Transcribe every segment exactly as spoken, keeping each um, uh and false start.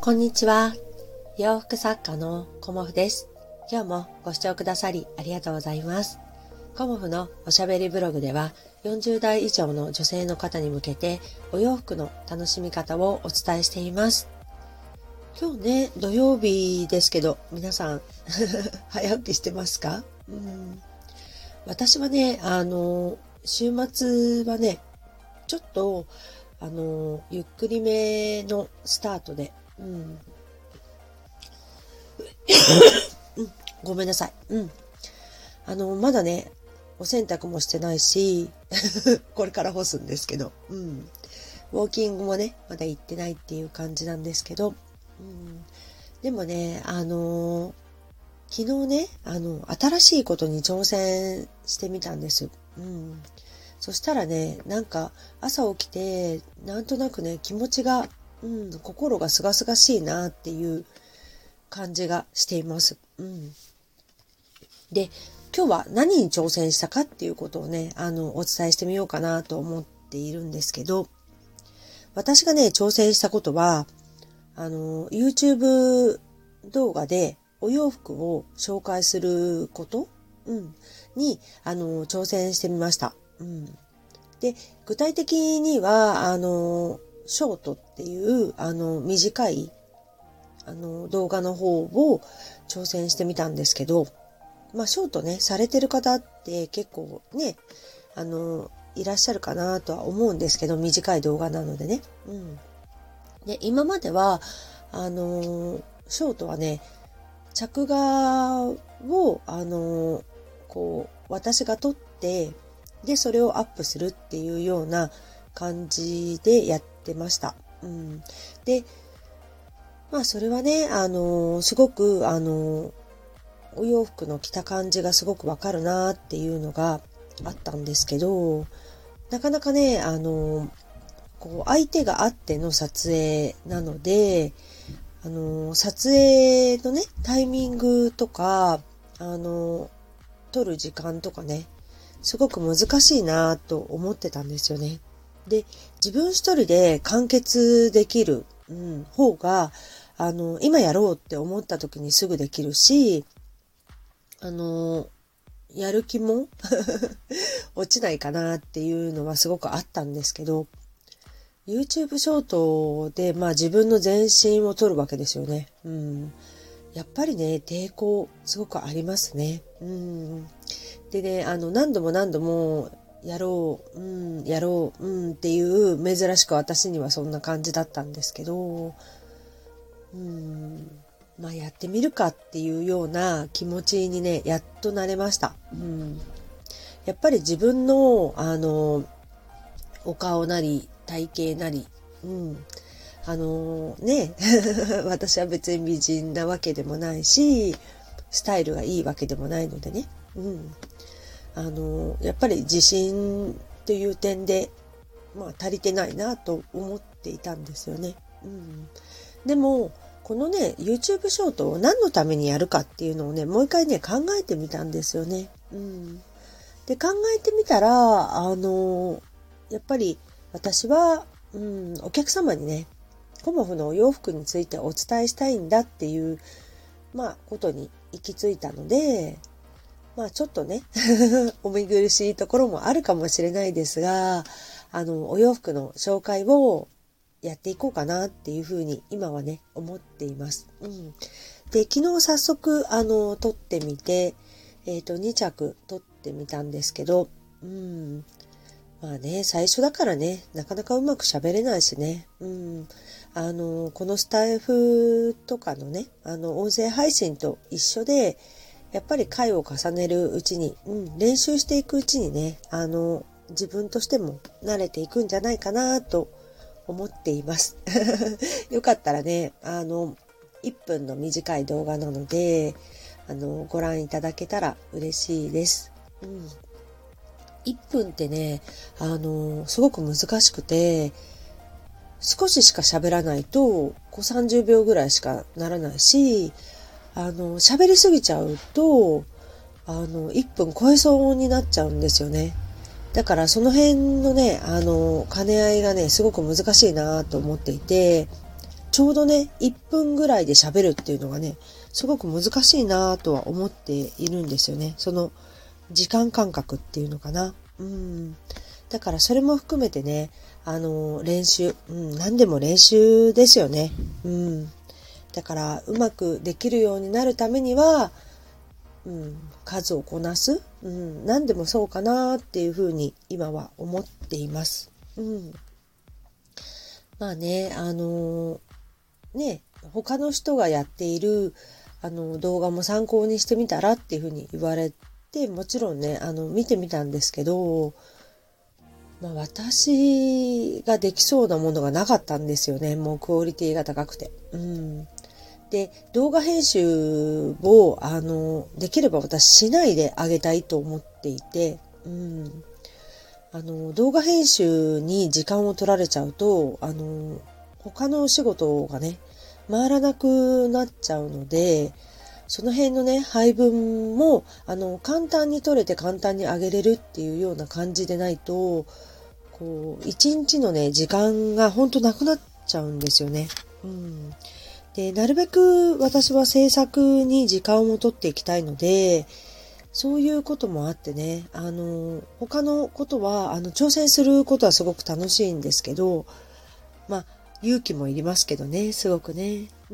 こんにちは。洋服作家のコモフです。今日もご視聴くださりありがとうございます。コモフのおしゃべりブログではよんじゅうだい以上の女性の方に向けてお洋服の楽しみ方をお伝えしています。今日ね、土曜日ですけど、皆さん早起きしてますか？うん、私はね、あの、週末はね、ちょっと、あの、ゆっくりめのスタートで、うん、うん、ごめんなさい。うん。あの、まだね、お洗濯もしてないし、これから干すんですけど、うん。ウォーキングもね、まだ行ってないっていう感じなんですけど、うん、でもね、あのー、昨日ね、あの、新しいことに挑戦してみたんです。うん。そしたらね、なんか朝起きて、なんとなくね、気持ちが、うん、心がすがすがしいなっていう感じがしています。うん。で、今日は何に挑戦したかっていうことをね、あの、お伝えしてみようかなと思っているんですけど、私がね、挑戦したことは、あの、YouTube 動画でお洋服を紹介すること、うん、に、あの、挑戦してみました。うん。で、具体的には、あの、ショートっていう、あの、短い、あの、動画の方を挑戦してみたんですけど、まあ、ショートね、されてる方って結構ね、あの、いらっしゃるかなとは思うんですけど、短い動画なのでね。うん。で、今までは、あの、ショートはね、着画を、あの、こう、私が撮って、で、それをアップするっていうような感じでやってました。うん。で、まあ、それはね、あの、すごく、あの、お洋服の着た感じがすごくわかるなっていうのがあったんですけど、なかなかね、あの、こう、相手があっての撮影なので、あの、撮影のね、タイミングとか、あの、撮る時間とかね、すごく難しいなと思ってたんですよね。で、自分一人で完結できる、うん、方が、あの、今やろうって思った時にすぐできるし、あの、やる気も落ちないかなっていうのはすごくあったんですけど、YouTube ショートで、まあ自分の全身を撮るわけですよね。うん。やっぱりね、抵抗すごくありますね。うん。でね、あの、何度も何度も、やろう、うん、やろう、うんっていう、珍しく私にはそんな感じだったんですけど、うん、まあやってみるかっていうような気持ちにね、やっとなれました。うん。やっぱり自分の、あの、お顔なり、体型なり、うん。あのね、私は別に美人なわけでもないし、スタイルがいいわけでもないのでね。うん。あの、やっぱり自信という点で、まあ足りてないなと思っていたんですよね。うん。でも、このね、YouTube ショートを何のためにやるかっていうのをね、もう一回ね、考えてみたんですよね。うん。で、考えてみたら、あの、やっぱり私は、うん、お客様にね、コモフのお洋服についてお伝えしたいんだっていう、まあ、ことに行き着いたので、まあ、ちょっとね、お見苦しいところもあるかもしれないですが、あの、お洋服の紹介をやっていこうかなっていうふうに今はね、思っています。うん。で、昨日早速、あの、撮ってみて、えっと、に着撮ってみたんですけど、うん。まあね、最初だからね、なかなかうまく喋れないしね。うん。あの、このスタイフとかのね、あの、音声配信と一緒で、やっぱり回を重ねるうちに、うん、練習していくうちにね、あの、自分としても慣れていくんじゃないかなと思っています。よかったらね、あの、いっぷんの短い動画なので、あの、ご覧いただけたら嬉しいです。うん。いっぷんってね、あの、すごく難しくて、少ししか喋らないと、こうさんじゅうびょうぐらいしかならないし、あの、喋りすぎちゃうと、あの、いっぷん超えそうになっちゃうんですよね。だからその辺のね、あの、兼ね合いがね、すごく難しいなと思っていて、 ちょうどね、いっぷんぐらいで喋るっていうのがね、すごく難しいなとは思っているんですよね。その時間感覚っていうのかな。うん。だからそれも含めてね、あの、練習、うん、何でも練習ですよね。うん。だからうまくできるようになるためには、うん、数をこなす、うん、何でもそうかなっていうふうに今は思っています。うん。まあね、あのね、他の人がやっているあの動画も参考にしてみたらっていうふうに言われて、もちろんね、あの見てみたんですけど、まあ、私ができそうなものがなかったんですよね。もうクオリティが高くて。うん。で、動画編集を、あの、できれば私しないであげたいと思っていて、うん。あの、動画編集に時間を取られちゃうと、あの、他のお仕事がね、回らなくなっちゃうので、その辺のね、配分も、あの、簡単に取れて簡単に上げれるっていうような感じでないと、こう、一日のね、時間がほんとなくなっちゃうんですよね。うん。で、なるべく私は制作に時間を取っていきたいので、そういうこともあってね、あの、他のことは、あの、挑戦することはすごく楽しいんですけど、まあ、勇気もいりますけどね、すごくね。うん。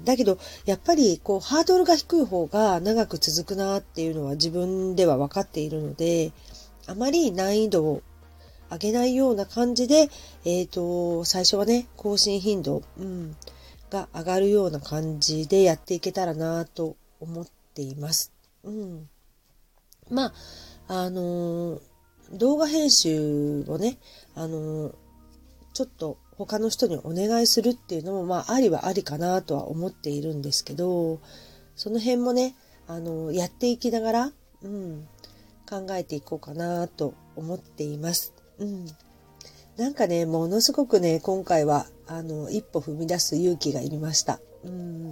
だけど、やっぱり、こう、ハードルが低い方が長く続くなっていうのは自分では分かっているので、あまり難易度を上げないような感じで、えっと、最初はね、更新頻度、うん、が上がるような感じでやっていけたらなと思っています。うん。まあ、あのー動画編集をね、あのーちょっと他の人にお願いするっていうのも、まあ、ありはありかなとは思っているんですけど、その辺もね、あのーやっていきながら、うん、考えていこうかなと思っています。うん。なんかね、ものすごくね、今回は、あの、一歩踏み出す勇気がいりました。うん。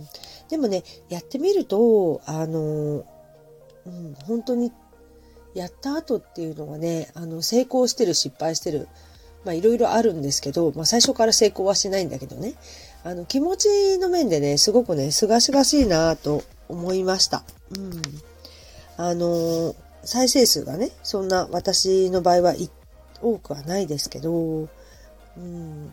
でもね、やってみると、あの、うん、本当に、やった後っていうのがね、あの、成功してる、失敗してる、まあ、いろいろあるんですけど、まあ、最初から成功はしないんだけどね、あの、気持ちの面でね、すごくね、すがすがしいなと思いました。うん。あの、再生数がね、そんな私の場合は多くはないですけど、うん、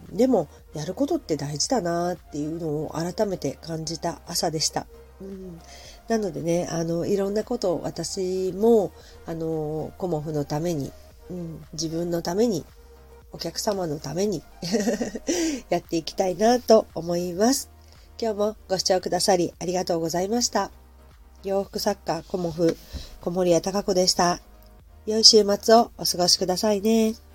でもやることって大事だなっていうのを改めて感じた朝でした。うん、なのでね、あのいろんなことを私もあのコモフのために、うん、自分のために、お客様のためにやっていきたいなと思います。今日もご視聴くださりありがとうございました。洋服作家コモフ小森屋隆子でした。良い週末をお過ごしくださいね。